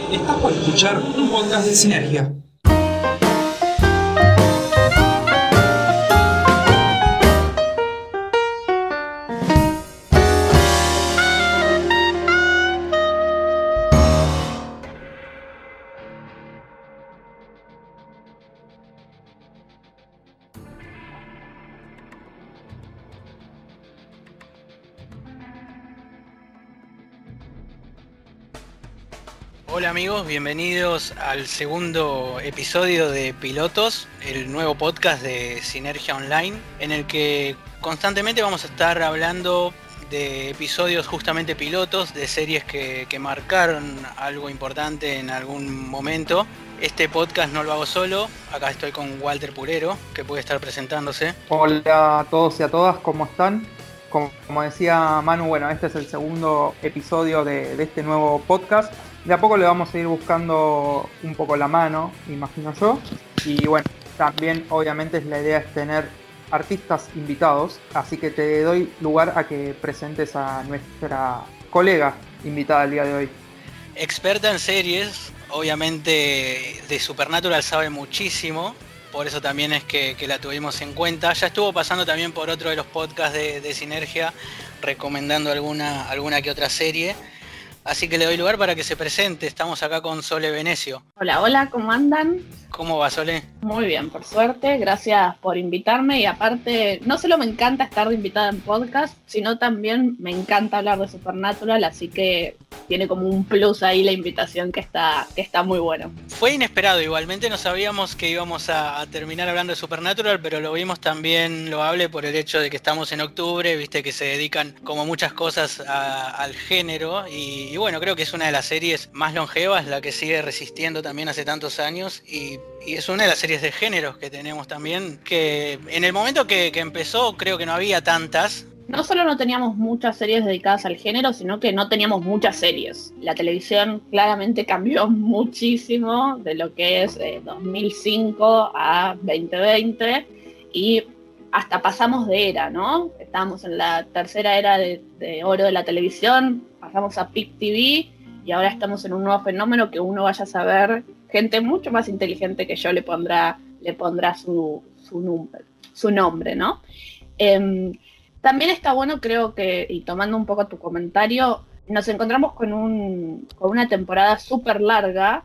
Estás por escuchar un podcast de Sinergia. Hola amigos, bienvenidos al segundo episodio de Pilotos, el nuevo podcast de Sinergia Online, en el que constantemente vamos a estar hablando de episodios justamente pilotos, de series que marcaron algo importante en algún momento. Este podcast no lo hago solo, acá estoy con Walter Purero, que puede estar presentándose. Hola a todos y a todas, ¿cómo están? Como decía Manu, bueno, este es el segundo episodio de este nuevo podcast. De a poco le vamos a ir buscando un poco la mano, imagino yo. Y bueno, también obviamente la idea es tener artistas invitados, así que te doy lugar a que presentes a nuestra colega invitada el día de hoy. Experta en series, obviamente de Supernatural sabe muchísimo, por eso también es que la tuvimos en cuenta. Ya estuvo pasando también por otro de los podcasts de Sinergia, recomendando alguna que otra serie. Así que le doy lugar para que se presente. Estamos acá con Sole Venecio. Hola, hola, ¿cómo andan? ¿Cómo va, Sole? Muy bien, por suerte. Gracias por invitarme. Y aparte, no solo me encanta estar de invitada en podcast, sino también me encanta hablar de Supernatural, así que tiene como un plus ahí la invitación que está muy bueno. Fue inesperado, igualmente no sabíamos que íbamos a terminar hablando de Supernatural, pero lo vimos también loable por el hecho de que estamos en octubre, viste que se dedican como muchas cosas al género y bueno, creo que es una de las series más longevas, la que sigue resistiendo también hace tantos años y es una de las series de géneros que tenemos también, que en el momento que empezó creo que no había tantas. No solo no teníamos muchas series dedicadas al género, sino que no teníamos muchas series. La televisión claramente cambió muchísimo de lo que es 2005 a 2020 y hasta pasamos de era, ¿no? Estábamos en la tercera era de oro de la televisión, pasamos a PIC TV y ahora estamos en un nuevo fenómeno que uno vaya a saber, gente mucho más inteligente que yo le pondrá su nombre, ¿no? También está bueno, creo que, y tomando un poco tu comentario, nos encontramos con una temporada súper larga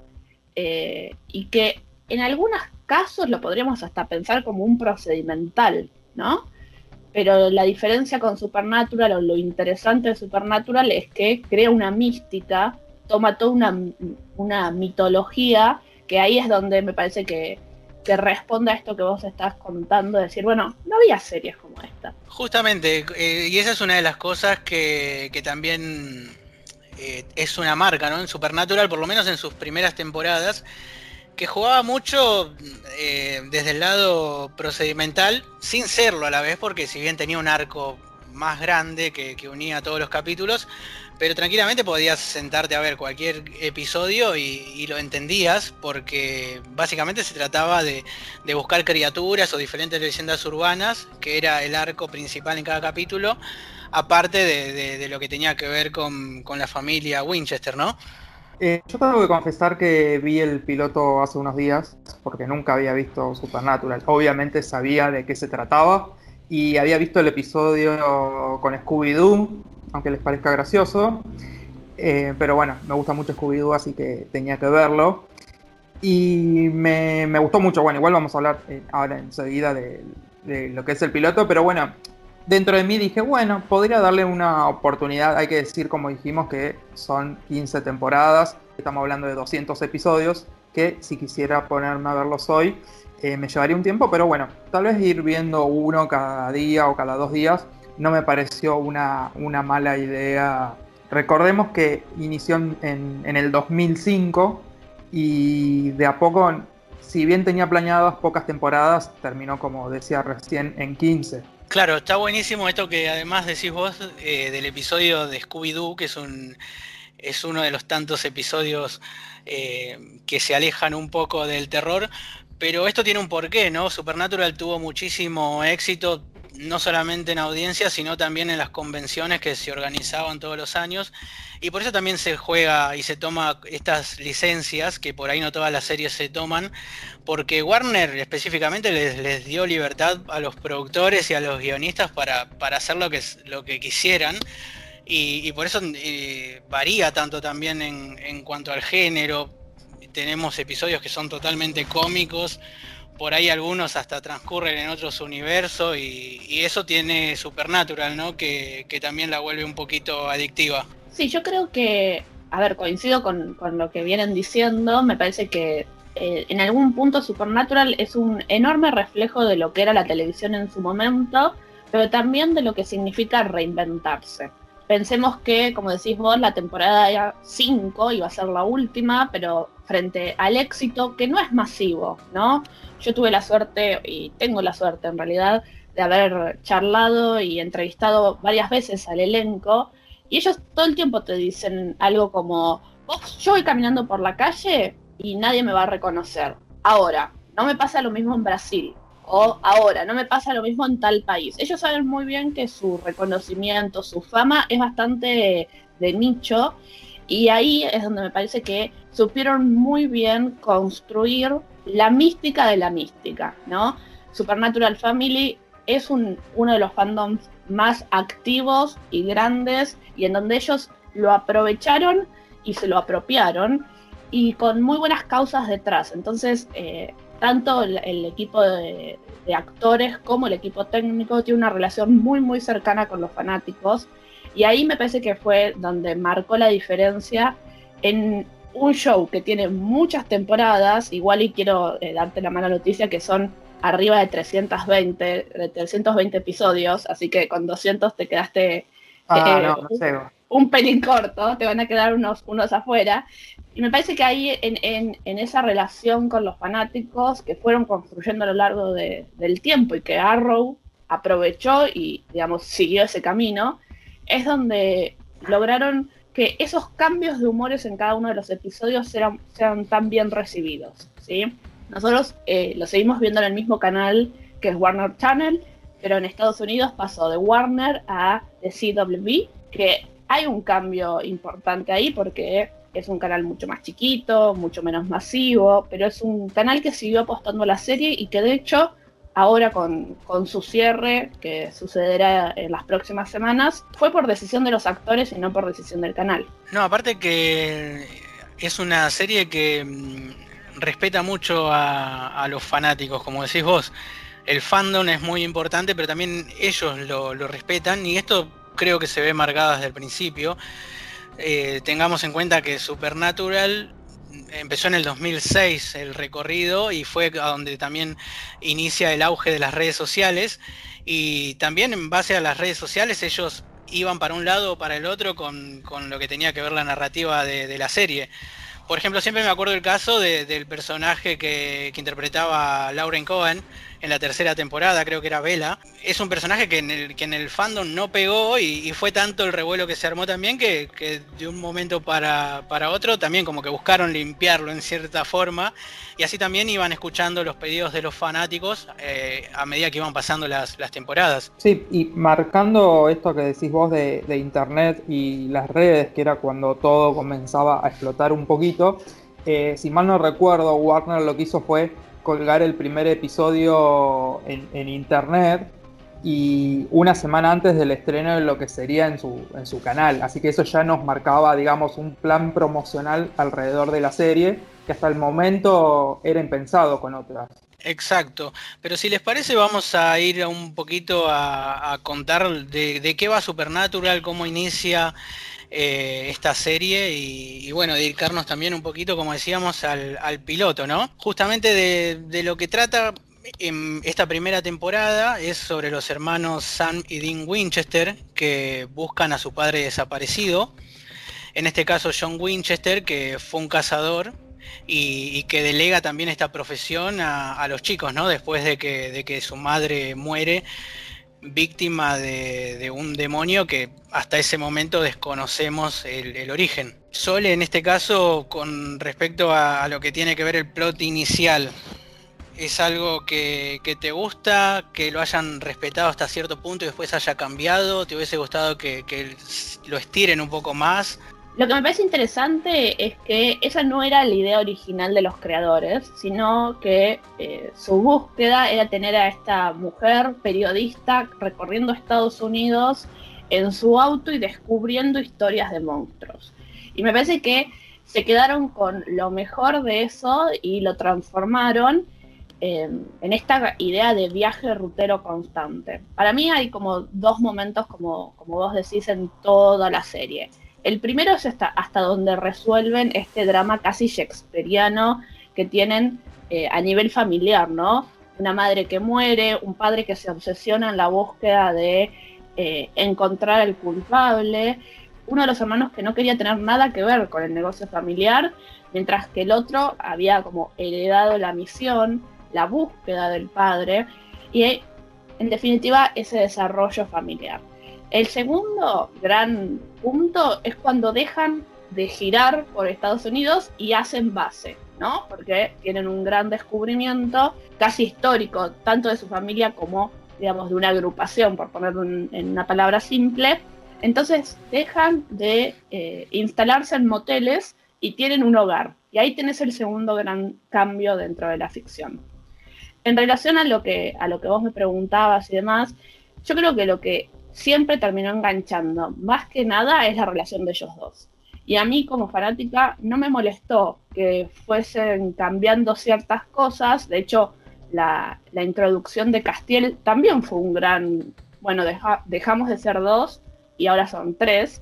y que en algunos casos lo podríamos hasta pensar como un procedimental, ¿no? Pero la diferencia con Supernatural, o lo interesante de Supernatural, es que crea una mística, toma toda una mitología, que ahí es donde me parece que responda a esto que vos estás contando, de decir, bueno, no había series como esta. Justamente, y esa es una de las cosas que también es una marca, ¿no? En Supernatural, por lo menos en sus primeras temporadas, que jugaba mucho desde el lado procedimental, sin serlo a la vez, porque si bien tenía un arco más grande que unía todos los capítulos, pero tranquilamente podías sentarte a ver cualquier episodio y lo entendías, porque básicamente se trataba de buscar criaturas o diferentes leyendas urbanas, que era el arco principal en cada capítulo, aparte de lo que tenía que ver con la familia Winchester, ¿no? Yo tengo que confesar que vi el piloto hace unos días, porque nunca había visto Supernatural. Obviamente sabía de qué se trataba y había visto el episodio con Scooby-Doo, aunque les parezca gracioso. Pero bueno, me gusta mucho Scooby-Doo, así que tenía que verlo. Y me gustó mucho. Bueno, igual vamos a hablar ahora enseguida de lo que es el piloto, pero bueno, dentro de mí dije, bueno, podría darle una oportunidad. Hay que decir, como dijimos, que son 15 temporadas. Estamos hablando de 200 episodios, que si quisiera ponerme a verlos hoy, me llevaría un tiempo. Pero bueno, tal vez ir viendo uno cada día o cada 2 días no me pareció una mala idea. Recordemos que inició en el 2005 y de a poco, si bien tenía planeadas pocas temporadas, terminó, como decía recién, en 15. Claro, está buenísimo esto que además decís vos del episodio de Scooby-Doo, que es uno de los tantos episodios que se alejan un poco del terror, pero esto tiene un porqué, ¿no? Supernatural tuvo muchísimo éxito, no solamente en audiencia, sino también en las convenciones que se organizaban todos los años. Y por eso también se juega y se toma estas licencias, que por ahí no todas las series se toman, porque Warner específicamente les dio libertad a los productores y a los guionistas para hacer lo que quisieran. Y por eso varía tanto también en cuanto al género. Tenemos episodios que son totalmente cómicos, por ahí algunos hasta transcurren en otros universos, y eso tiene Supernatural, ¿no? Que también la vuelve un poquito adictiva. Sí, yo creo que, a ver, coincido con lo que vienen diciendo. Me parece que en algún punto Supernatural es un enorme reflejo de lo que era la televisión en su momento, pero también de lo que significa reinventarse. Pensemos que, como decís vos, la temporada 5 iba a ser la última, pero frente al éxito, que no es masivo, ¿no? Yo tuve la suerte, y tengo la suerte en realidad, de haber charlado y entrevistado varias veces al elenco, y ellos todo el tiempo te dicen algo como, yo voy caminando por la calle y nadie me va a reconocer. Ahora, no me pasa lo mismo en Brasil. O ahora, no me pasa lo mismo en tal país. Ellos saben muy bien que su reconocimiento, su fama es bastante de nicho, y ahí es donde me parece que supieron muy bien construir la mística de la mística, ¿no? Supernatural Family es uno de los fandoms más activos y grandes, y en donde ellos lo aprovecharon y se lo apropiaron, y con muy buenas causas detrás. Entonces, tanto el equipo de actores como el equipo técnico tiene una relación muy muy cercana con los fanáticos, y ahí me parece que fue donde marcó la diferencia en un show que tiene muchas temporadas. Igual, y quiero darte la mala noticia, que son arriba de 320 episodios, así que con 200 te quedaste no sé. un pelín corto, te van a quedar unos afuera. Y me parece que ahí en esa relación con los fanáticos que fueron construyendo a lo largo del tiempo, y que Arrow aprovechó y, digamos, siguió ese camino, es donde lograron que esos cambios de humores en cada uno de los episodios sean tan bien recibidos, ¿sí? Nosotros lo seguimos viendo en el mismo canal, que es Warner Channel, pero en Estados Unidos pasó de Warner a The CW, que hay un cambio importante ahí porque es un canal mucho más chiquito, mucho menos masivo, pero es un canal que siguió apostando a la serie, y que de hecho ahora con su cierre, que sucederá en las próximas semanas, fue por decisión de los actores y no por decisión del canal. No, aparte que es una serie que respeta mucho a los fanáticos, como decís vos. El fandom es muy importante, pero también ellos lo respetan, y esto creo que se ve marcado desde el principio. Tengamos en cuenta que Supernatural empezó en el 2006 el recorrido, y fue a donde también inicia el auge de las redes sociales, y también en base a las redes sociales ellos iban para un lado o para el otro con lo que tenía que ver la narrativa de la serie. Por ejemplo, siempre me acuerdo el caso del personaje que interpretaba Lauren Cohen en la tercera temporada, creo que era Bella. Es un personaje que en el fandom no pegó, y fue tanto el revuelo que se armó también que de un momento para otro también como que buscaron limpiarlo en cierta forma, y así también iban escuchando los pedidos de los fanáticos a medida que iban pasando las temporadas. Sí, y marcando esto que decís vos de internet y las redes, que era cuando todo comenzaba a explotar un poquito, si mal no recuerdo, Warner lo que hizo fue colgar el primer episodio en internet, y una semana antes del estreno de lo que sería en su canal. Así que eso ya nos marcaba, digamos, un plan promocional alrededor de la serie que hasta el momento era impensado con otras. Exacto, pero si les parece vamos a ir un poquito a contar de qué va Supernatural, cómo inicia esta serie, y bueno, dedicarnos también un poquito, como decíamos, al piloto, ¿no? Justamente de lo que trata en esta primera temporada es sobre los hermanos Sam y Dean Winchester, que buscan a su padre desaparecido. En este caso John Winchester, que fue un cazador y que delega también esta profesión a los chicos, ¿no? Después de que su madre muere víctima de un demonio que hasta ese momento desconocemos el origen. Sole, en este caso, con respecto a lo que tiene que ver el plot inicial, ¿Es algo que te gusta, que lo hayan respetado hasta cierto punto y después haya cambiado? ¿Te hubiese gustado que lo estiren un poco más? Lo que me parece interesante es que esa no era la idea original de los creadores, sino que su búsqueda era tener a esta mujer periodista recorriendo Estados Unidos en su auto y descubriendo historias de monstruos. Y me parece que se quedaron con lo mejor de eso y lo transformaron en esta idea de viaje rutero constante. Para mí hay como dos momentos, como vos decís, en toda la serie. El primero es hasta donde resuelven este drama casi shakespeariano que tienen a nivel familiar, ¿no? Una madre que muere, un padre que se obsesiona en la búsqueda de encontrar al culpable, uno de los hermanos que no quería tener nada que ver con el negocio familiar, mientras que el otro había como heredado la misión, la búsqueda del padre y en definitiva ese desarrollo familiar. El segundo gran punto es cuando dejan de girar por Estados Unidos y hacen base, ¿no? Porque tienen un gran descubrimiento casi histórico, tanto de su familia como, digamos, de una agrupación, por ponerlo en una palabra simple. Entonces dejan de instalarse en moteles y tienen un hogar. Y ahí tenés el segundo gran cambio dentro de la ficción. En relación a lo que vos me preguntabas y demás, yo creo que lo que siempre terminó enganchando, más que nada, es la relación de ellos dos. Y a mí, como fanática, no me molestó que fuesen cambiando ciertas cosas. De hecho, la introducción de Castiel también fue un gran... Bueno, dejamos de ser dos y ahora son tres.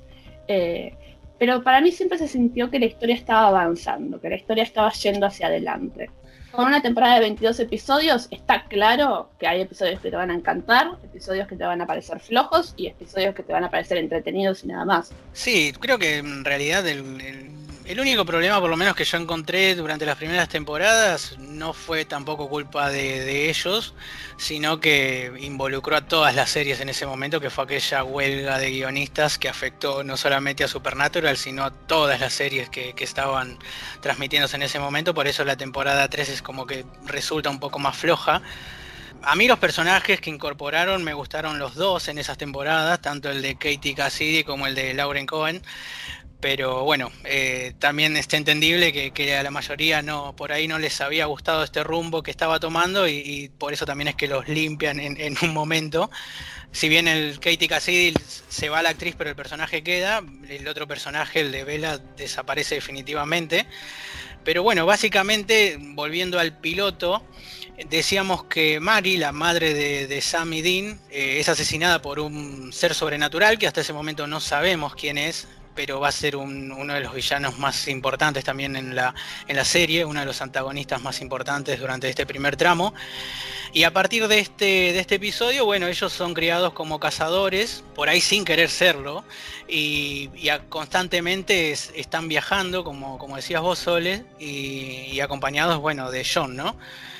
Pero para mí siempre se sintió que la historia estaba avanzando, que la historia estaba yendo hacia adelante. Con una temporada de 22 episodios, está claro que hay episodios que te van a encantar, episodios que te van a parecer flojos y episodios que te van a parecer entretenidos y nada más. Sí, creo que en realidad el único problema, por lo menos que yo encontré durante las primeras temporadas, no fue tampoco culpa de ellos, sino que involucró a todas las series en ese momento, que fue aquella huelga de guionistas que afectó no solamente a Supernatural, sino a todas las series que estaban transmitiéndose en ese momento. Por eso la temporada 3 es como que resulta un poco más floja. A mí los personajes que incorporaron me gustaron los dos en esas temporadas, tanto el de Katie Cassidy como el de Lauren Cohen. Pero bueno, también es entendible que a la mayoría por ahí no les había gustado este rumbo que estaba tomando y por eso también es que los limpian en un momento. Si bien el Katie Cassidy se va la actriz, pero el personaje queda, el otro personaje, el de Bella, desaparece definitivamente. Pero bueno, básicamente, volviendo al piloto, decíamos que Mary, la madre de Sam y Dean, es asesinada por un ser sobrenatural que hasta ese momento no sabemos quién es, pero va a ser uno de los villanos más importantes también en la serie, uno de los antagonistas más importantes durante este primer tramo. Y a partir de este episodio, bueno, ellos son criados como cazadores, por ahí sin querer serlo, y constantemente están viajando, como decías vos, Sole, y acompañados, bueno, de John, ¿no?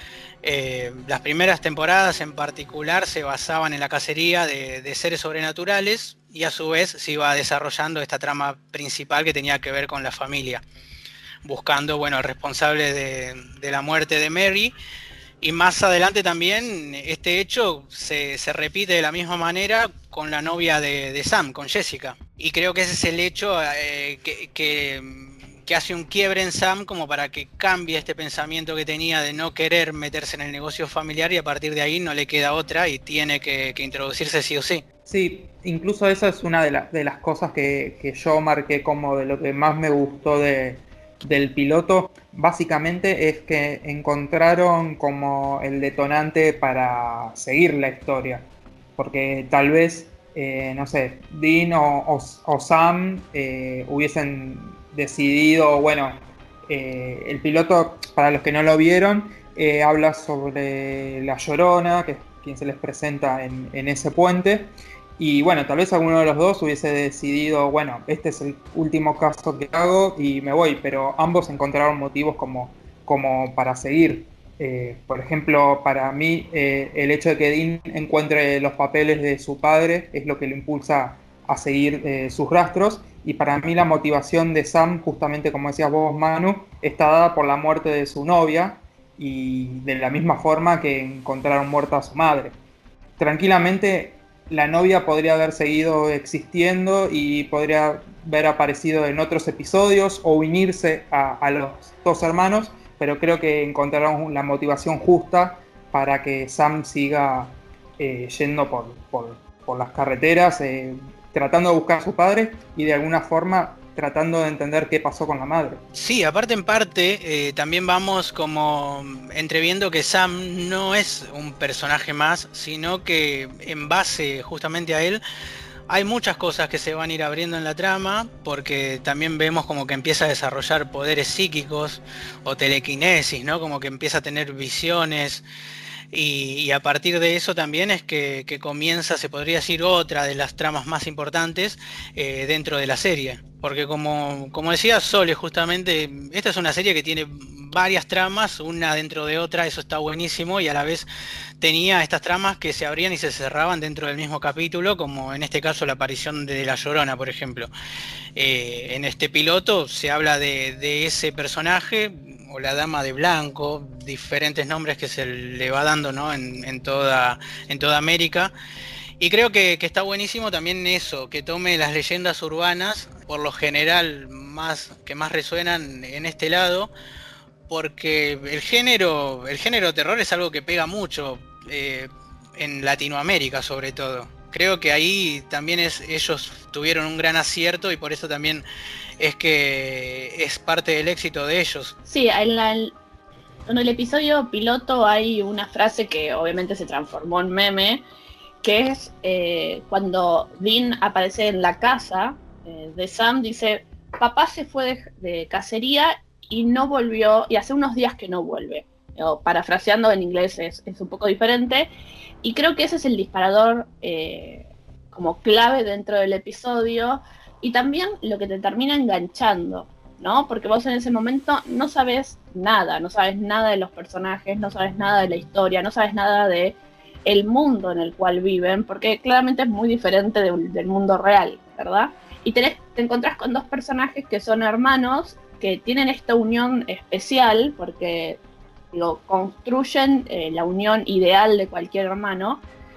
Las primeras temporadas en particular se basaban en la cacería de seres sobrenaturales y a su vez se iba desarrollando esta trama principal que tenía que ver con la familia, buscando, bueno, al responsable de la muerte de Mary. Y más adelante también este hecho se repite de la misma manera con la novia de Sam, con Jessica. Y creo que ese es el hecho que hace un quiebre en Sam como para que cambie este pensamiento que tenía de no querer meterse en el negocio familiar, y a partir de ahí no le queda otra y tiene que introducirse sí o sí. Sí, incluso esa es una de las cosas que yo marqué como de lo que más me gustó del piloto. Básicamente es que encontraron como el detonante para seguir la historia, porque tal vez, no sé, Dean o Sam hubiesen decidido, bueno, el piloto, para los que no lo vieron, habla sobre La Llorona, que es quien se les presenta en ese puente. Y bueno, tal vez alguno de los dos hubiese decidido, bueno, este es el último caso que hago y me voy, pero ambos encontraron motivos como para seguir. Por ejemplo, para mí, el hecho de que Dean encuentre los papeles de su padre es lo que le impulsa a seguir sus rastros. Y para mí la motivación de Sam, justamente como decías vos, Manu, está dada por la muerte de su novia. y de la misma forma que encontraron muerta a su madre. Tranquilamente la novia podría haber seguido existiendo y podría haber aparecido en otros episodios o unirse a los dos hermanos, pero creo que encontraron la motivación justa para que Sam siga yendo por las carreteras, tratando de buscar a su padre y de alguna forma tratando de entender qué pasó con la madre. Sí, aparte en parte también vamos como entreviendo que Sam no es un personaje más, sino que en base justamente a él hay muchas cosas que se van a ir abriendo en la trama, porque también vemos como que empieza a desarrollar poderes psíquicos o telequinesis, ¿no? Como que empieza a tener visiones. Y a partir de eso también es que comienza, se podría decir, otra de las tramas más importantes dentro de la serie. Porque como decía Sole, justamente, esta es una serie que tiene varias tramas, una dentro de otra, eso está buenísimo, y a la vez tenía estas tramas que se abrían y se cerraban dentro del mismo capítulo, como en este caso la aparición de La Llorona, por ejemplo. En este piloto se habla de ese personaje, o la Dama de Blanco, diferentes nombres que se le va dando, ¿no? en toda América. Y creo que está buenísimo también eso, que tome las leyendas urbanas, por lo general que más resuenan en este lado, porque el género terror es algo que pega mucho en Latinoamérica sobre todo. Creo que ahí también ellos tuvieron un gran acierto y por eso también es que es parte del éxito de ellos. Sí, en el episodio piloto hay una frase que obviamente se transformó en meme, que es cuando Dean aparece en la casa de Sam, dice: papá se fue de cacería y no volvió, y hace unos días que no vuelve. O parafraseando en inglés es un poco diferente, y creo que ese es el disparador como clave dentro del episodio, y también lo que te termina enganchando, ¿no? Porque vos en ese momento no sabes nada de los personajes, no sabes nada de la historia, no sabes nada de el mundo en el cual viven, porque claramente es muy diferente del mundo real, ¿verdad? Y te encontrás con dos personajes que son hermanos, que tienen esta unión especial, porque construyen la unión ideal de cualquier hermano,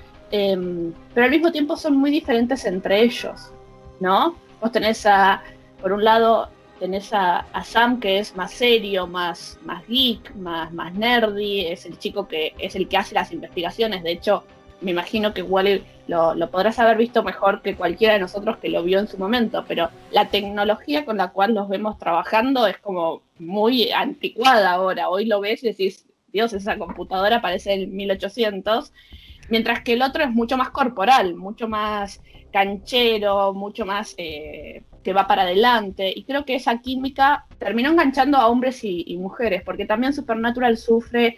pero al mismo tiempo son muy diferentes entre ellos, ¿no? Vos tenés por un lado, tenés a Sam, que es más serio, más geek, más nerdy, es el chico que es el que hace las investigaciones. De hecho, me imagino que Wally lo podrás haber visto mejor que cualquiera de nosotros que lo vio en su momento, pero la tecnología con la cual los vemos trabajando es como muy anticuada ahora. Hoy lo ves y decís, Dios, esa computadora parece el 1800, mientras que el otro es mucho más corporal, mucho más canchero, mucho más que va para adelante, y creo que esa química terminó enganchando a hombres y mujeres, porque también Supernatural sufre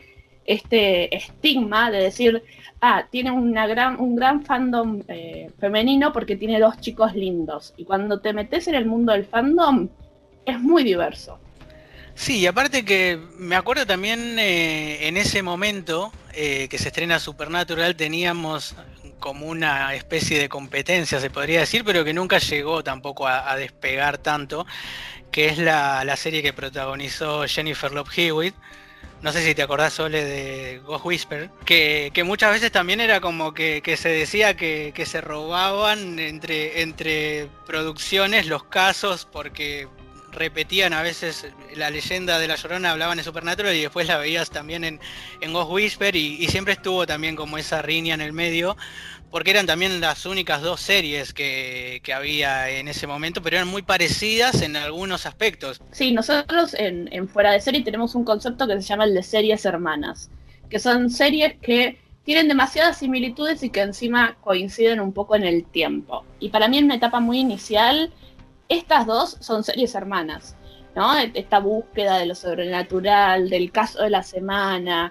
este estigma de decir, tiene un gran fandom femenino porque tiene dos chicos lindos, y cuando te metes en el mundo del fandom es muy diverso. Sí, y aparte que me acuerdo también en ese momento que se estrena Supernatural teníamos como una especie de competencia, se podría decir, pero que nunca llegó tampoco a despegar tanto, que es la serie que protagonizó Jennifer Love Hewitt. No sé si te acordás, Sole, de Ghost Whisperer, que muchas veces también era como que se decía que se robaban entre producciones los casos, porque repetían a veces la leyenda de La Llorona, hablaban de Supernatural y después la veías también en Ghost Whisperer, y siempre estuvo también como esa riña en el medio, porque eran también las únicas dos series que había en ese momento, pero eran muy parecidas en algunos aspectos. Sí, nosotros en Fuera de Serie tenemos un concepto que se llama el de series hermanas, que son series que tienen demasiadas similitudes y que encima coinciden un poco en el tiempo. Y para mí en una etapa muy inicial, estas dos son series hermanas, ¿no? Esta búsqueda de lo sobrenatural, del caso de la semana,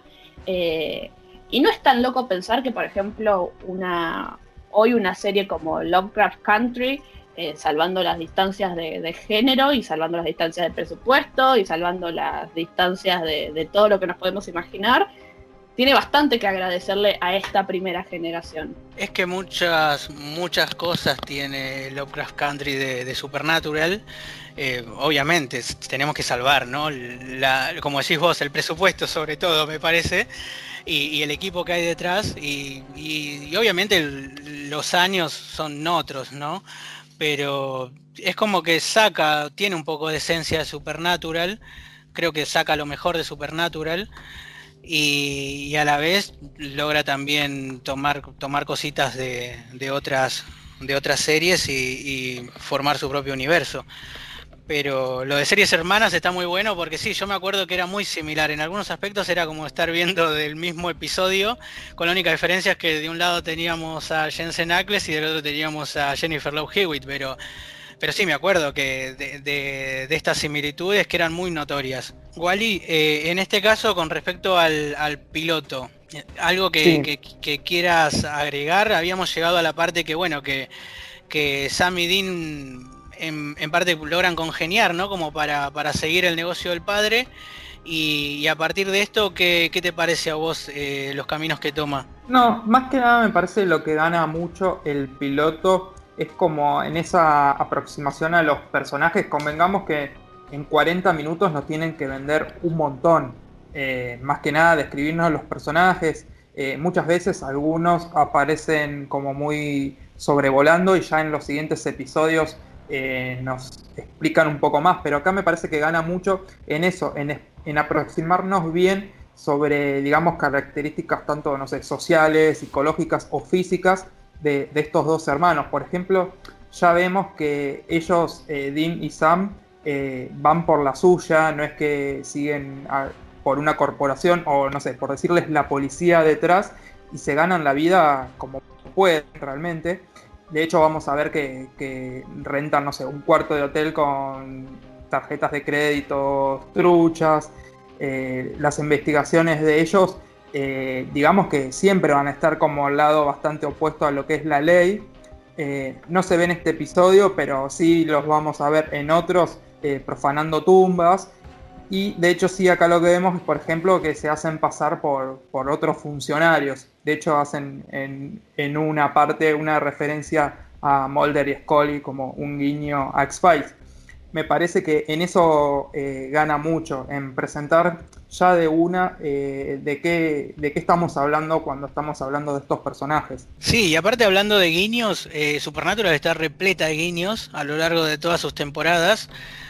y no es tan loco pensar que, por ejemplo, hoy una serie como Lovecraft Country, salvando las distancias de género y salvando las distancias de presupuesto y salvando las distancias de todo lo que nos podemos imaginar, tiene bastante que agradecerle a esta primera generación. Es que muchas cosas tiene Lovecraft Country de Supernatural. Obviamente tenemos que salvar, ¿no? Como decís vos, el presupuesto sobre todo, me parece, y el equipo que hay detrás, y obviamente los años son otros, ¿no? Pero es como que tiene un poco de esencia de Supernatural, creo que saca lo mejor de Supernatural, y a la vez logra también tomar cositas de otras series y formar su propio universo. Pero lo de series hermanas está muy bueno porque sí, yo me acuerdo que era muy similar. En algunos aspectos era como estar viendo del mismo episodio, con la única diferencia es que de un lado teníamos a Jensen Ackles y del otro teníamos a Jennifer Love Hewitt, pero sí me acuerdo que de estas similitudes que eran muy notorias. Wally, en este caso con respecto al piloto, algo que quieras agregar. Habíamos llegado a la parte que bueno, que Sam y Dean en parte logran congeniar, ¿no? Como para seguir el negocio del padre. Y a partir de esto, ¿qué te parece a vos los caminos que toma? No, más que nada me parece lo que gana mucho el piloto es como en esa aproximación a los personajes. Convengamos que en 40 minutos nos tienen que vender un montón. Más que nada describirnos los personajes. Muchas veces algunos aparecen como muy sobrevolando y ya en los siguientes episodios nos explican un poco más, pero acá me parece que gana mucho en eso, en aproximarnos bien sobre, digamos, características tanto, no sé, sociales, psicológicas o físicas de estos dos hermanos. Por ejemplo, ya vemos que ellos, Dean y Sam, van por la suya, no es que siguen por una corporación o, no sé, por decirles la policía detrás, y se ganan la vida como pueden realmente. De hecho, vamos a ver que rentan, no sé, un cuarto de hotel con tarjetas de crédito, truchas. Las investigaciones de ellos, digamos que siempre van a estar como al lado bastante opuesto a lo que es la ley. No se ve en este episodio, pero sí los vamos a ver en otros, profanando tumbas. Y de hecho sí, acá lo que vemos es, por ejemplo, que se hacen pasar por otros funcionarios. De hecho hacen en una parte una referencia a Mulder y Scully como un guiño a X-Files. Me parece que en eso gana mucho, en presentar ya de una de qué estamos hablando cuando estamos hablando de estos personajes. Sí, y aparte hablando de guiños, Supernatural está repleta de guiños a lo largo de todas sus temporadas.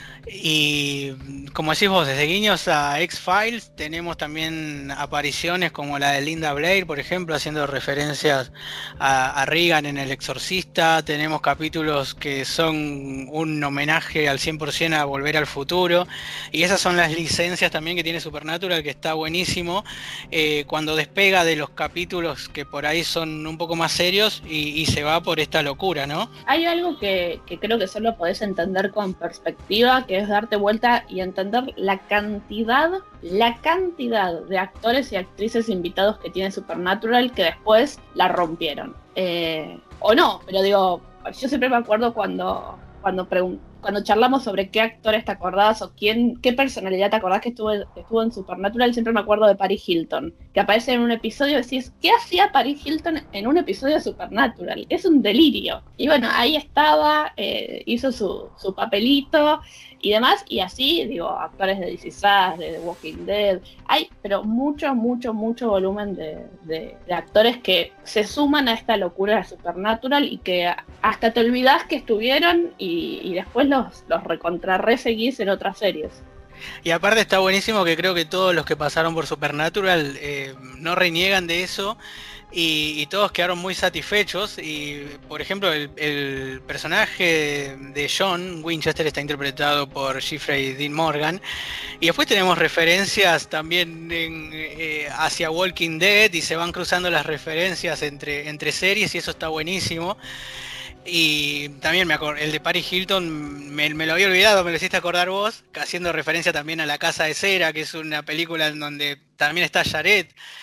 Y como decís vos, desde guiños a X-Files tenemos también apariciones como la de Linda Blair, por ejemplo, haciendo referencias a Regan en El Exorcista. Tenemos capítulos que son un homenaje al 100% a Volver al Futuro. Y esas son las licencias también que tiene Supernatural, que está buenísimo. Cuando despega de los capítulos que por ahí son un poco más serios y se va por esta locura, ¿no? Hay algo que creo que solo podés entender con perspectiva, que es darte vuelta y entender la cantidad de actores y actrices invitados que tiene Supernatural que después la rompieron. O no, pero digo, yo siempre me acuerdo cuando charlamos sobre qué actores te acordás o qué personalidad te acordás que estuvo en Supernatural, siempre me acuerdo de Paris Hilton, que aparece en un episodio y decís, ¿qué hacía Paris Hilton en un episodio de Supernatural? Es un delirio. Y bueno, ahí estaba, hizo su papelito y demás, y así, digo, actores de This Is Us, de The Walking Dead, hay, pero mucho volumen de actores que se suman a esta locura de Supernatural y que hasta te olvidás que estuvieron y después los recontrarreseguís en otras series. Y aparte está buenísimo que creo que todos los que pasaron por Supernatural no reniegan de eso y todos quedaron muy satisfechos. Y por ejemplo el personaje de John Winchester está interpretado por Jeffrey Dean Morgan, y después tenemos referencias también hacia Walking Dead y se van cruzando las referencias entre series y eso está buenísimo. Y también el de Paris Hilton me lo había olvidado, me lo hiciste acordar vos, haciendo referencia también a La Casa de Cera, que es una película en donde también está Jared.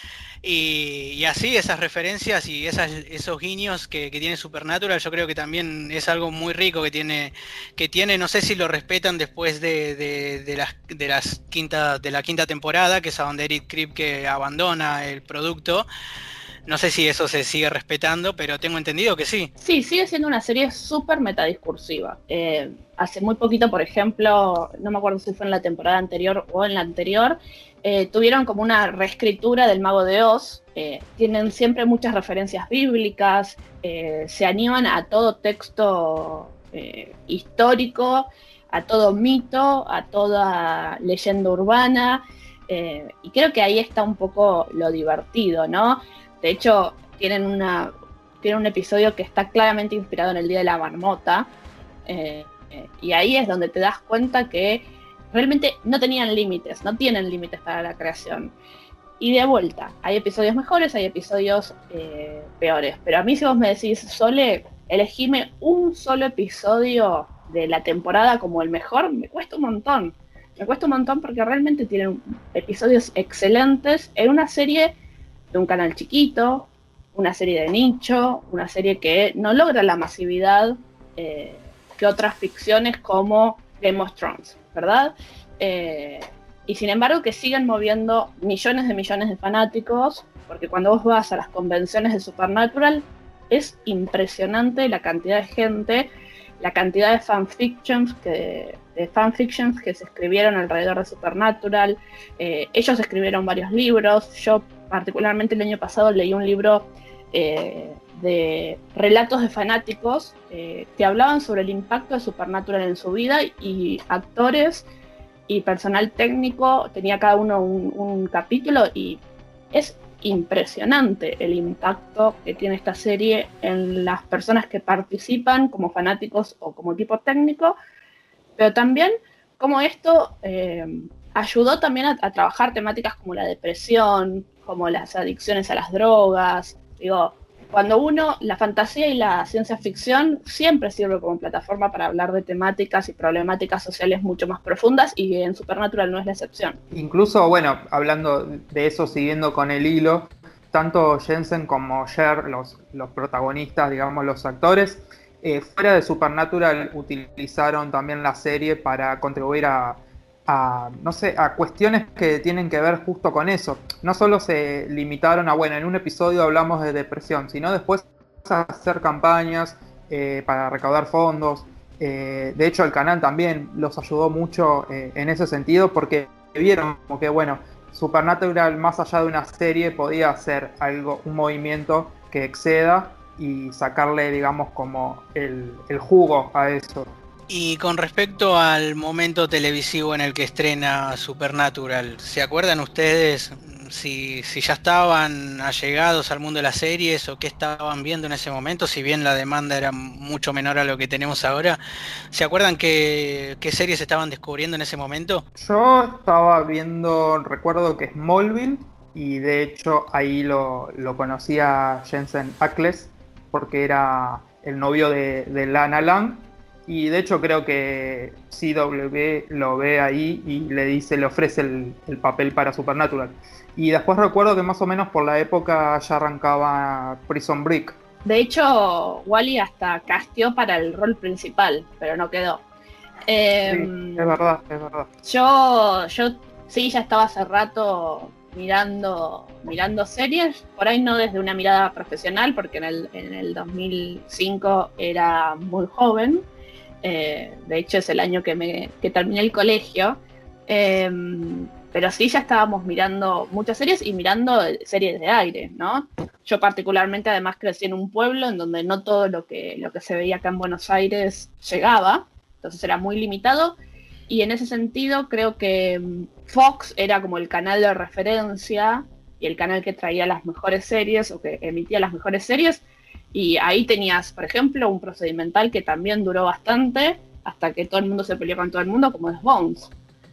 Y así esas referencias y esos guiños que tiene Supernatural, yo creo que también es algo muy rico que tiene, no sé si lo respetan después de la quinta temporada, que es a donde Eric Kripke abandona el producto. No sé si eso se sigue respetando, pero tengo entendido que sí. Sí, sigue siendo una serie súper metadiscursiva. Hace muy poquito, por ejemplo, no me acuerdo si fue en la temporada anterior o en la anterior, tuvieron como una reescritura del Mago de Oz. Tienen siempre muchas referencias bíblicas, se animan a todo texto histórico, a todo mito, a toda leyenda urbana, y creo que ahí está un poco lo divertido, ¿no? De hecho, tienen un episodio que está claramente inspirado en el Día de la Marmota, y ahí es donde te das cuenta que realmente no tenían límites, no tienen límites para la creación. Y de vuelta, hay episodios mejores, hay episodios peores, pero a mí si vos me decís, Sole, elegime un solo episodio de la temporada como el mejor, me cuesta un montón. Me cuesta un montón porque realmente tienen episodios excelentes en una serie de un canal chiquito, una serie de nicho, una serie que no logra la masividad que otras ficciones como Game of Thrones, ¿verdad? Y sin embargo que siguen moviendo millones de fanáticos, porque cuando vos vas a las convenciones de Supernatural es impresionante la cantidad de gente, la cantidad de fanfictions que se escribieron alrededor de Supernatural. Ellos escribieron varios libros. Yo particularmente el año pasado leí un libro de relatos de fanáticos que hablaban sobre el impacto de Supernatural en su vida, y actores y personal técnico tenía cada uno un capítulo, y es impresionante el impacto que tiene esta serie en las personas que participan como fanáticos o como equipo técnico, pero también como esto ayudó también a trabajar temáticas como la depresión, como las adicciones a las drogas. Digo, cuando la fantasía y la ciencia ficción siempre sirve como plataforma para hablar de temáticas y problemáticas sociales mucho más profundas, y en Supernatural no es la excepción. Incluso, bueno, hablando de eso, siguiendo con el hilo, tanto Jensen como Cher, los protagonistas, digamos, los actores, fuera de Supernatural utilizaron también la serie para contribuir a cuestiones que tienen que ver justo con eso. No solo se limitaron a, bueno, en un episodio hablamos de depresión, sino después a hacer campañas para recaudar fondos. De hecho, el canal también los ayudó mucho en ese sentido, porque vieron como que, bueno, Supernatural, más allá de una serie, podía hacer un movimiento que exceda y sacarle, digamos, como el jugo a eso. Y con respecto al momento televisivo en el que estrena Supernatural, ¿se acuerdan ustedes si ya estaban allegados al mundo de las series o qué estaban viendo en ese momento? Si bien la demanda era mucho menor a lo que tenemos ahora, ¿se acuerdan qué series estaban descubriendo en ese momento? Yo estaba viendo, recuerdo que Smallville, y de hecho ahí lo conocía Jensen Ackles, porque era el novio de Lana Lang. Y de hecho creo que CW lo ve ahí y le ofrece el papel para Supernatural. Y después recuerdo que más o menos por la época ya arrancaba Prison Break. De hecho, Wally hasta casteó para el rol principal, pero no quedó. Sí, es verdad. Yo sí, ya estaba hace rato mirando series, por ahí no desde una mirada profesional, porque en el 2005 era muy joven. De hecho es el año que terminé el colegio, pero sí ya estábamos mirando muchas series y mirando series de aire, ¿no? Yo particularmente además crecí en un pueblo en donde no todo lo que se veía acá en Buenos Aires llegaba, entonces era muy limitado, y en ese sentido creo que Fox era como el canal de referencia y el canal que traía las mejores series o que emitía las mejores series. Y ahí tenías, por ejemplo, un procedimental que también duró bastante, hasta que todo el mundo se peleó con todo el mundo, como es Bones.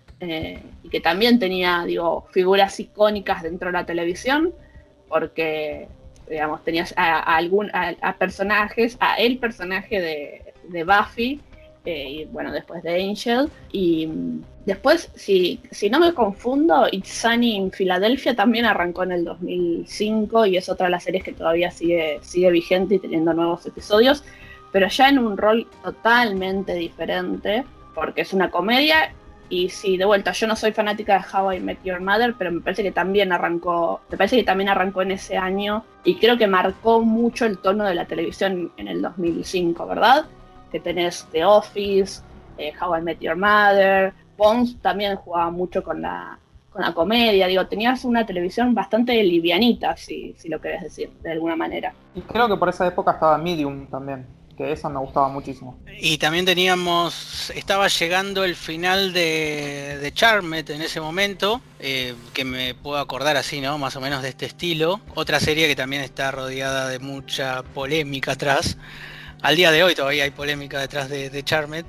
Y que también tenía, figuras icónicas dentro de la televisión, porque, digamos, tenías a personajes, a el personaje de Buffy, y bueno, después de Angel, y Después, si no me confundo, It's Sunny in Philadelphia también arrancó en el 2005 y es otra de las series que todavía sigue vigente y teniendo nuevos episodios, pero ya en un rol totalmente diferente, porque es una comedia. Y sí, de vuelta, yo no soy fanática de How I Met Your Mother, pero me parece que también arrancó en ese año y creo que marcó mucho el tono de la televisión en el 2005, ¿verdad? Que tenés The Office, How I Met Your Mother, Bones también jugaba mucho con la comedia, digo, tenías una televisión bastante livianita, si lo querés decir, de alguna manera. Y creo que por esa época estaba Medium también, que esa me gustaba muchísimo. Y también estaba llegando el final de Charmed en ese momento, que me puedo acordar así, ¿no? Más o menos de este estilo. Otra serie que también está rodeada de mucha polémica atrás. Al día de hoy todavía hay polémica detrás de Charmed.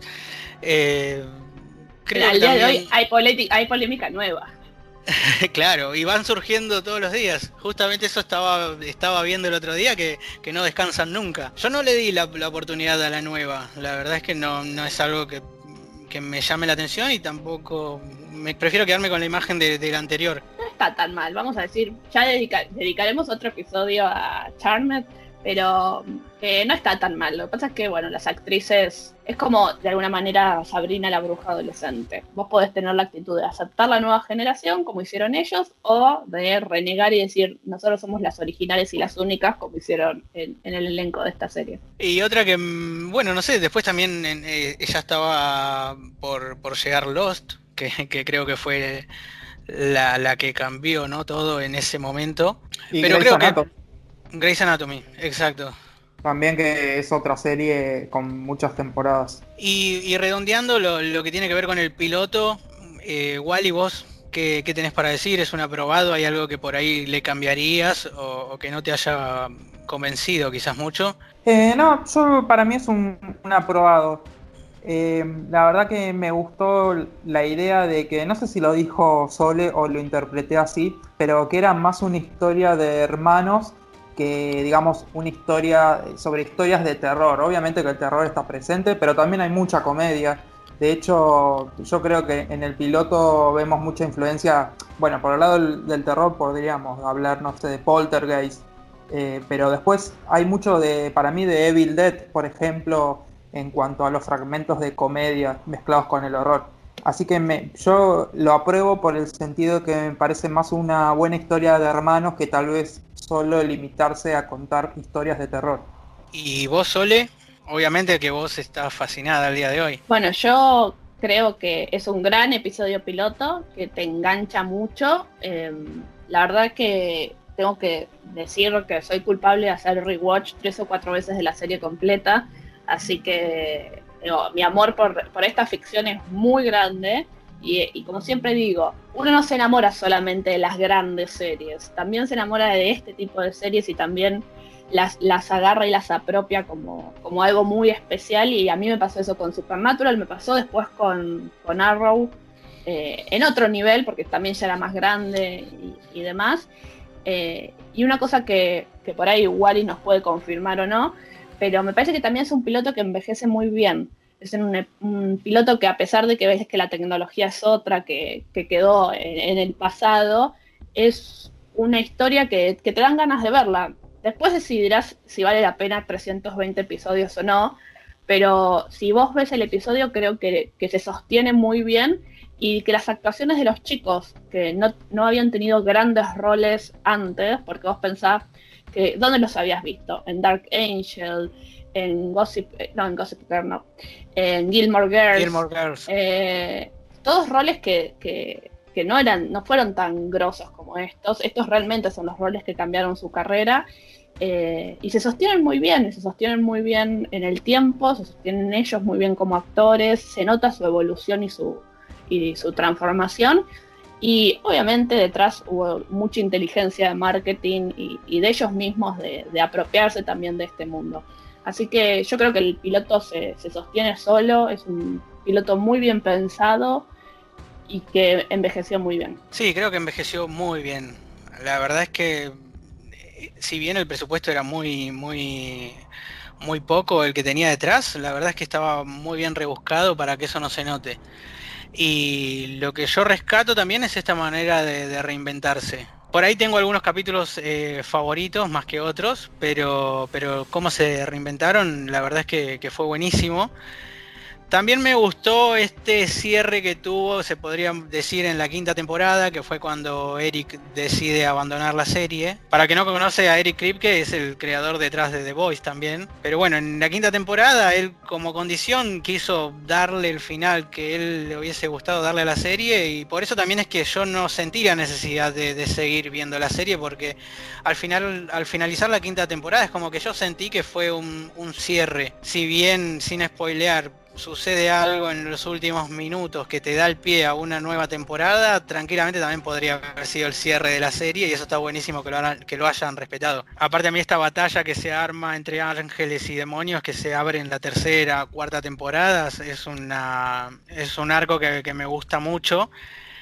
Creo al día de hoy hay polémica nueva. Claro, y van surgiendo todos los días. Justamente eso estaba viendo el otro día, que no descansan nunca. Yo no le di la oportunidad a la nueva. La verdad es que no es algo que me llame la atención y tampoco... prefiero quedarme con la imagen de la anterior. No está tan mal, vamos a decir. Ya dedicaremos otro episodio a Charmed, pero no está tan mal. Lo que pasa es que, bueno, las actrices... Es como, de alguna manera, Sabrina la bruja adolescente. Vos podés tener la actitud de aceptar la nueva generación, como hicieron ellos, o de renegar y decir, nosotros somos las originales y las únicas, como hicieron en el elenco de esta serie. Y otra que, bueno, no sé, después también ella estaba por llegar Lost, que creo que fue la que cambió, ¿no? Todo en ese momento. Y pero Grey's creo Anatomy. que Grey's Anatomy, exacto. También, que es otra serie con muchas temporadas. Y redondeando lo que tiene que ver con el piloto, Wally, vos, ¿qué tenés para decir? ¿Es un aprobado? ¿Hay algo que por ahí le cambiarías o que no te haya convencido quizás mucho? No, para mí es un aprobado. La verdad que me gustó la idea de que, no sé si lo dijo Sole o lo interpreté así, pero que era más una historia de hermanos que, digamos, una historia sobre historias de terror. Obviamente que el terror está presente, pero también hay mucha comedia. De hecho, yo creo que en el piloto vemos mucha influencia, bueno, por el lado del terror podríamos hablar, no sé, de Poltergeist, pero después hay mucho para mí, de Evil Dead, por ejemplo, en cuanto a los fragmentos de comedia mezclados con el horror. Así que yo lo apruebo por el sentido que me parece más una buena historia de hermanos que tal vez solo limitarse a contar historias de terror. ¿Y vos, Sole? Obviamente que vos estás fascinada al día de hoy. Bueno, yo creo que es un gran episodio piloto, que te engancha mucho. La verdad es que tengo que decir que soy culpable de hacer rewatch 3 o 4 veces de la serie completa, así que mi amor por esta ficción es muy grande y como siempre digo, uno no se enamora solamente de las grandes series, también se enamora de este tipo de series y también las agarra y las apropia como algo muy especial, y a mí me pasó eso con Supernatural, me pasó después con Arrow, en otro nivel porque también ya era más grande y demás, y una cosa que por ahí Wally nos puede confirmar o no, pero me parece que también es un piloto que envejece muy bien. Es un piloto que, a pesar de que ves que la tecnología es otra, que quedó en el pasado, es una historia que te dan ganas de verla. Después decidirás si vale la pena 320 episodios o no, pero si vos ves el episodio creo que se sostiene muy bien, y que las actuaciones de los chicos, que no habían tenido grandes roles antes, porque vos pensás que ¿dónde los habías visto? En Dark Angel, en Gossip Girl, no, en Gilmore Girls. Todos roles que no fueron tan grosos como estos. Estos realmente son los roles que cambiaron su carrera, y se sostienen muy bien en el tiempo, se sostienen ellos muy bien como actores, se nota su evolución y su transformación. Y obviamente detrás hubo mucha inteligencia de marketing y de ellos mismos de apropiarse también de este mundo. Así que yo creo que el piloto se sostiene solo, es un piloto muy bien pensado y que envejeció muy bien. Sí, creo que envejeció muy bien. La verdad es que si bien el presupuesto era muy poco el que tenía detrás, la verdad es que estaba muy bien rebuscado para que eso no se note. Y lo que yo rescato también es esta manera de reinventarse. Por ahí tengo algunos capítulos favoritos más que otros, pero cómo se reinventaron, la verdad es que fue buenísimo. También me gustó este cierre que tuvo, se podría decir, en la quinta temporada, que fue cuando Eric decide abandonar la serie. Para que no conoce a Eric Kripke, es el creador detrás de The Boys también. Pero bueno, en la quinta temporada, él como condición quiso darle el final que él le hubiese gustado darle a la serie, y por eso también es que yo no sentí la necesidad de seguir viendo la serie, porque al finalizar la quinta temporada es como que yo sentí que fue un cierre. Si bien, sin spoilear, sucede algo en los últimos minutos que te da el pie a una nueva temporada, tranquilamente también podría haber sido el cierre de la serie, y eso está buenísimo que lo hayan respetado. Aparte, a mí esta batalla que se arma entre ángeles y demonios que se abre en la tercera, cuarta temporada, es un arco que me gusta mucho.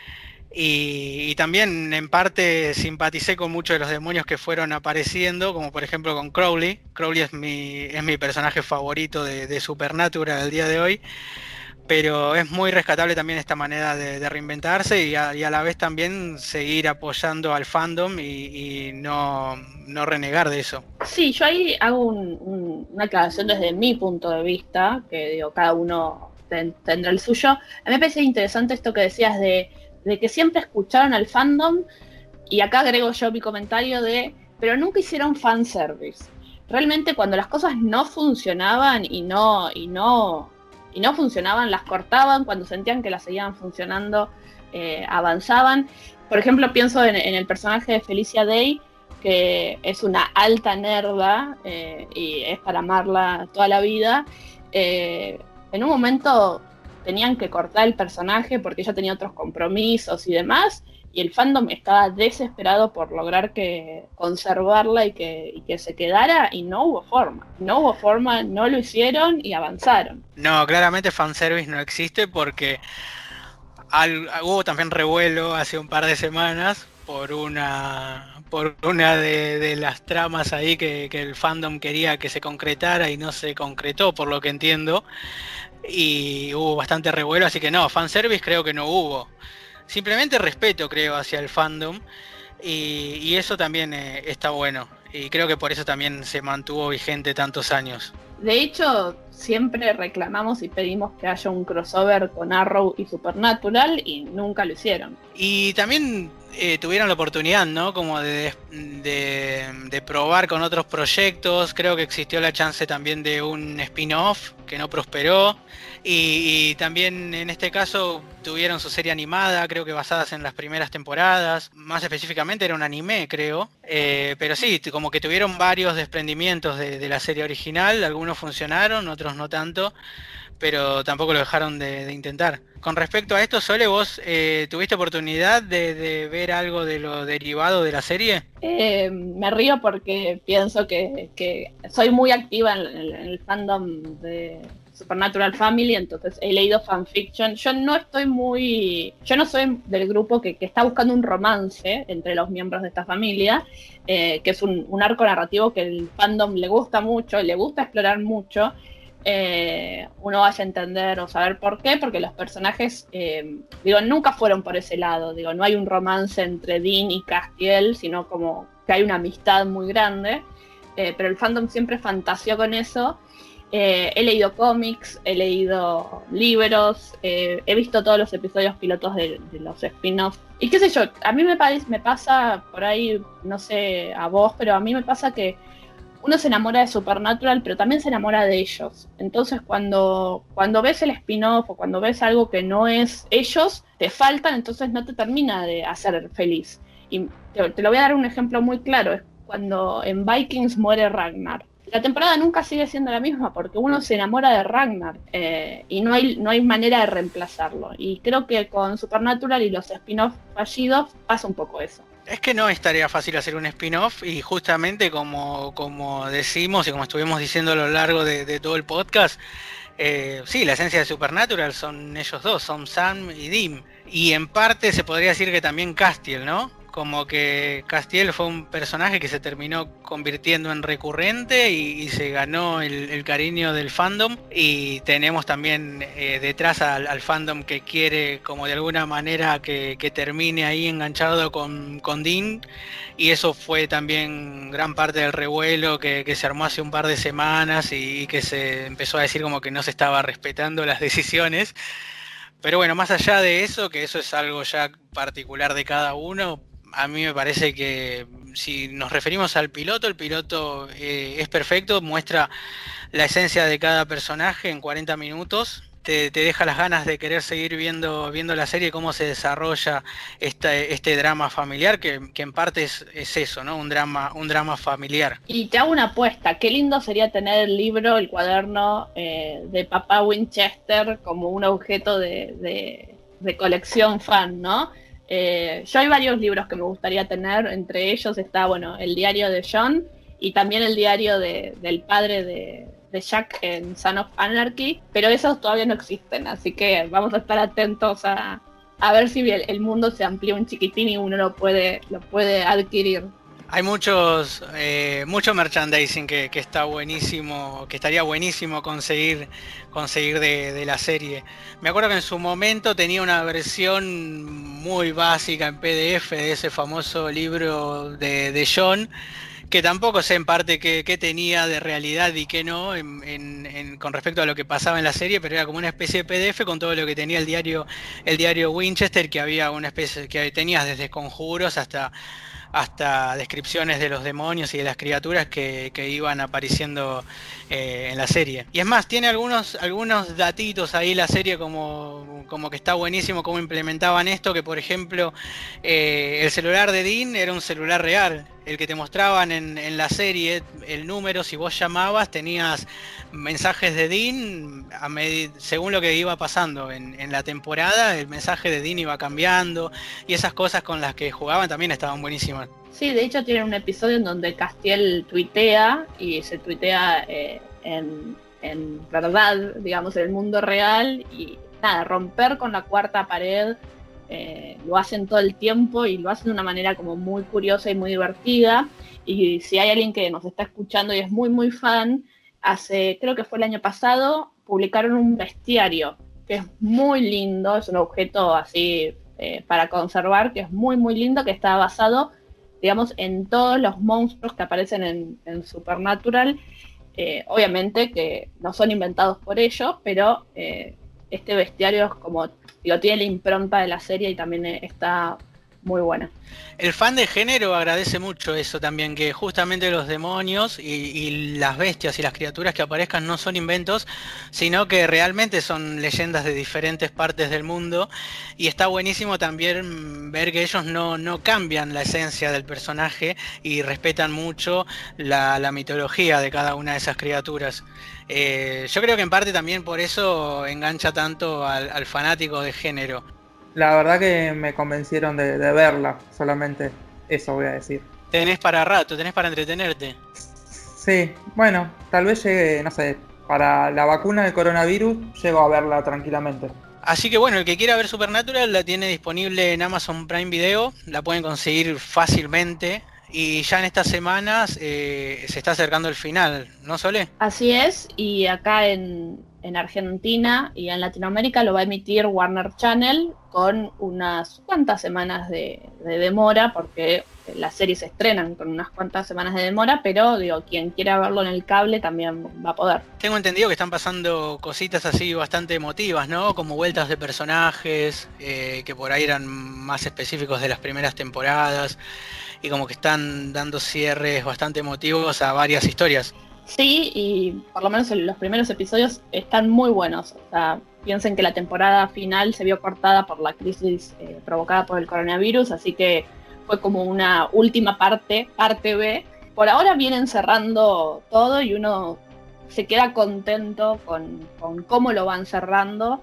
Y también en parte simpaticé con muchos de los demonios que fueron apareciendo, como por ejemplo con Crowley. Crowley es mi personaje favorito de Supernatural al día de hoy, pero es muy rescatable también esta manera de reinventarse y a la vez también seguir apoyando al fandom y no renegar de eso. Sí, yo ahí hago una aclaración desde mi punto de vista, que digo, cada uno tendrá el suyo. A mí me parece interesante esto que decías de que siempre escucharon al fandom, y acá agrego yo mi comentario pero nunca hicieron fanservice. Realmente cuando las cosas no funcionaban y no funcionaban, las cortaban. Cuando sentían que las seguían funcionando, avanzaban. Por ejemplo, pienso en el personaje de Felicia Day, que es una alta nerda, y es para amarla toda la vida. En un momento tenían que cortar el personaje porque ella tenía otros compromisos y demás, y el fandom estaba desesperado por lograr conservarla y que se quedara, y no hubo forma, no lo hicieron y avanzaron. No, claramente fanservice no existe, porque hubo también revuelo hace un par de semanas por una de las tramas ahí que el fandom quería que se concretara y no se concretó, por lo que entiendo, y hubo bastante revuelo, así que no, fanservice creo que no hubo. Simplemente respeto, creo, hacia el fandom, y eso también está bueno, y creo que por eso también se mantuvo vigente tantos años. De hecho, siempre reclamamos y pedimos que haya un crossover con Arrow y Supernatural, y nunca lo hicieron. Y también tuvieron la oportunidad, ¿no? Como de probar con otros proyectos. Creo que existió la chance también de un spin-off que no prosperó. Y también en este caso tuvieron su serie animada, creo que basadas en las primeras temporadas. Más específicamente era un anime, creo. Pero sí, como que tuvieron varios desprendimientos de la serie original. Algunos funcionaron, otros no tanto, pero tampoco lo dejaron de intentar. Con respecto a esto, Sole, ¿vos tuviste oportunidad de ver algo de lo derivado de la serie? Me río porque pienso que soy muy activa en el fandom de Supernatural Family, entonces he leído fanfiction. Yo no soy del grupo que está buscando un romance entre los miembros de esta familia, que es un arco narrativo que el fandom le gusta mucho, le gusta explorar mucho. Uno vaya a entender o saber por qué, porque los personajes, nunca fueron por ese lado. No hay un romance entre Dean y Castiel, sino como que hay una amistad muy grande, pero el fandom siempre fantaseó con eso. He leído cómics, he leído libros, he visto todos los episodios pilotos de los spin-offs. Y qué sé yo, a mí me pasa por ahí, no sé a vos, pero a mí me pasa que uno se enamora de Supernatural, pero también se enamora de ellos. Entonces cuando ves el spin-off o cuando ves algo que no es ellos, te faltan, entonces no te termina de hacer feliz. Y te lo voy a dar un ejemplo muy claro, es cuando en Vikings muere Ragnar. La temporada nunca sigue siendo la misma porque uno se enamora de Ragnar, y no hay manera de reemplazarlo. Y creo que con Supernatural y los spin-off fallidos pasa un poco eso. Es que no es tarea fácil hacer un spin-off, y justamente como decimos y como estuvimos diciendo a lo largo de todo el podcast, sí, la esencia de Supernatural son ellos dos, son Sam y Dean. Y en parte se podría decir que también Castiel, ¿no? como que Castiel fue un personaje que se terminó convirtiendo en recurrente y se ganó el cariño del fandom, y tenemos también detrás al fandom que quiere como de alguna manera que termine ahí enganchado con Dean, y eso fue también gran parte del revuelo que se armó hace un par de semanas y que se empezó a decir como que no se estaba respetando las decisiones. Pero bueno, más allá de eso, que eso es algo ya particular de cada uno, a mí me parece que si nos referimos al piloto, el piloto es perfecto, muestra la esencia de cada personaje en 40 minutos, te deja las ganas de querer seguir viendo la serie, cómo se desarrolla este drama familiar, que en parte es eso, ¿no? Un drama familiar. Y te hago una apuesta, qué lindo sería tener el libro, el cuaderno de Papá Winchester como un objeto de colección fan, ¿no? Yo hay varios libros que me gustaría tener, entre ellos está, bueno, el diario de John y también el diario del padre de Jack en Son of Anarchy, pero esos todavía no existen, así que vamos a estar atentos a ver si el mundo se amplía un chiquitín y uno lo puede adquirir. Hay mucho merchandising que está buenísimo, que estaría buenísimo conseguir de la serie. Me acuerdo que en su momento tenía una versión muy básica en PDF de ese famoso libro de John, que tampoco sé en parte qué tenía de realidad y qué no con respecto a lo que pasaba en la serie, pero era como una especie de PDF con todo lo que tenía el diario Winchester, que había una especie que tenías desde conjuros hasta descripciones de los demonios y de las criaturas que iban apareciendo en la serie. Y es más, tiene algunos datitos ahí la serie como que está buenísimo cómo implementaban esto, que por ejemplo el celular de Dean era un celular real. El que te mostraban en la serie, el número, si vos llamabas, tenías mensajes de Dean, según lo que iba pasando en la temporada, el mensaje de Dean iba cambiando, y esas cosas con las que jugaban también estaban buenísimas. Sí, de hecho tienen un episodio en donde Castiel tuitea, y se tuitea en verdad, digamos, en el mundo real, y nada, romper con la cuarta pared. Lo hacen todo el tiempo y lo hacen de una manera como muy curiosa y muy divertida. Y si hay alguien que nos está escuchando y es muy muy fan, creo que fue el año pasado, publicaron un bestiario que es muy lindo, es un objeto así para conservar, que es muy muy lindo, que está basado, digamos, en todos los monstruos que aparecen en Supernatural. Obviamente que no son inventados por ellos, pero este bestiario es como, digo, tiene la impronta de la serie y también está muy buena. El fan de género agradece mucho eso también, que justamente los demonios y las bestias y las criaturas que aparezcan no son inventos, sino que realmente son leyendas de diferentes partes del mundo, y está buenísimo también ver que ellos no cambian la esencia del personaje y respetan mucho la mitología de cada una de esas criaturas. Yo creo que en parte también por eso engancha tanto al fanático de género. La verdad que me convencieron de verla, solamente eso voy a decir. Tenés para rato, tenés para entretenerte. Sí, bueno, tal vez llegue, no sé, para la vacuna del coronavirus, llego a verla tranquilamente. Así que bueno, el que quiera ver Supernatural la tiene disponible en Amazon Prime Video, la pueden conseguir fácilmente. Y ya en estas semanas se está acercando el final, ¿no, Sole? Así es, y acá en Argentina y en Latinoamérica lo va a emitir Warner Channel con unas cuantas semanas de demora, porque las series se estrenan con unas cuantas semanas de demora, pero digo, quien quiera verlo en el cable también va a poder. Tengo entendido que están pasando cositas así bastante emotivas, ¿no? Como vueltas de personajes, que por ahí eran más específicos de las primeras temporadas, y como que están dando cierres bastante emotivos a varias historias. Sí, y por lo menos los primeros episodios están muy buenos. O sea, piensen que la temporada final se vio cortada por la crisis provocada por el coronavirus, así que fue como una última parte B. Por ahora vienen cerrando todo y uno se queda contento con cómo lo van cerrando.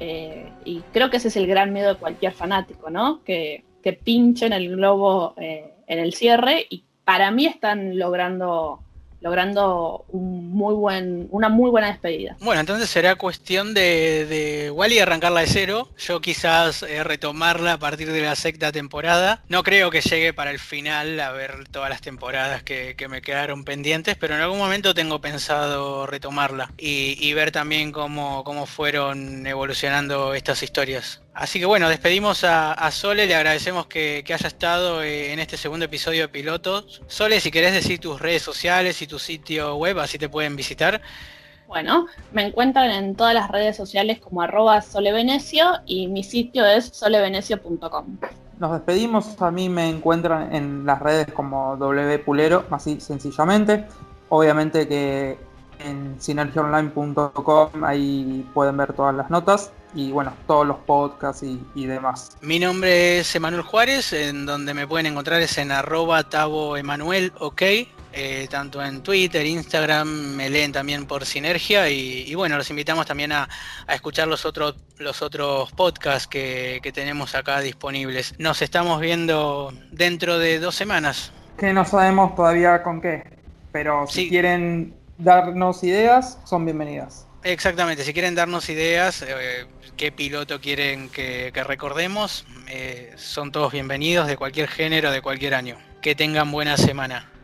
Y creo que ese es el gran miedo de cualquier fanático, ¿no? Que pinchen el globo en el cierre, y para mí están logrando logrando una muy buena despedida. Bueno, entonces será cuestión de Wally arrancarla de cero. Yo quizás retomarla a partir de la sexta temporada. No creo que llegue para el final a ver todas las temporadas que me quedaron pendientes, pero en algún momento tengo pensado retomarla y ver también cómo fueron evolucionando estas historias. Así que bueno, despedimos a Sole, le agradecemos que haya estado en este segundo episodio de Pilotos. Sole, si querés decir tus redes sociales y tu sitio web, así te pueden visitar. Bueno, me encuentran en todas las redes sociales como @solevenecio y mi sitio es solevenecio.com. Nos despedimos, a mí me encuentran en las redes como wpulero, así sencillamente. Obviamente que en sinergiaonline.com ahí pueden ver todas las notas y bueno, todos los podcasts y demás. Mi nombre es Emanuel Juárez, en donde me pueden encontrar es en @taboemanuel, ok. Tanto en Twitter, Instagram, me leen también por Sinergia y bueno, los invitamos también a escuchar los otros podcasts que tenemos acá disponibles. Nos estamos viendo dentro de 2 semanas. Que no sabemos todavía con qué, pero si quieren darnos ideas, son bienvenidas. Exactamente, si quieren darnos ideas, qué piloto quieren que recordemos, son todos bienvenidos de cualquier género, de cualquier año. Que tengan buena semana.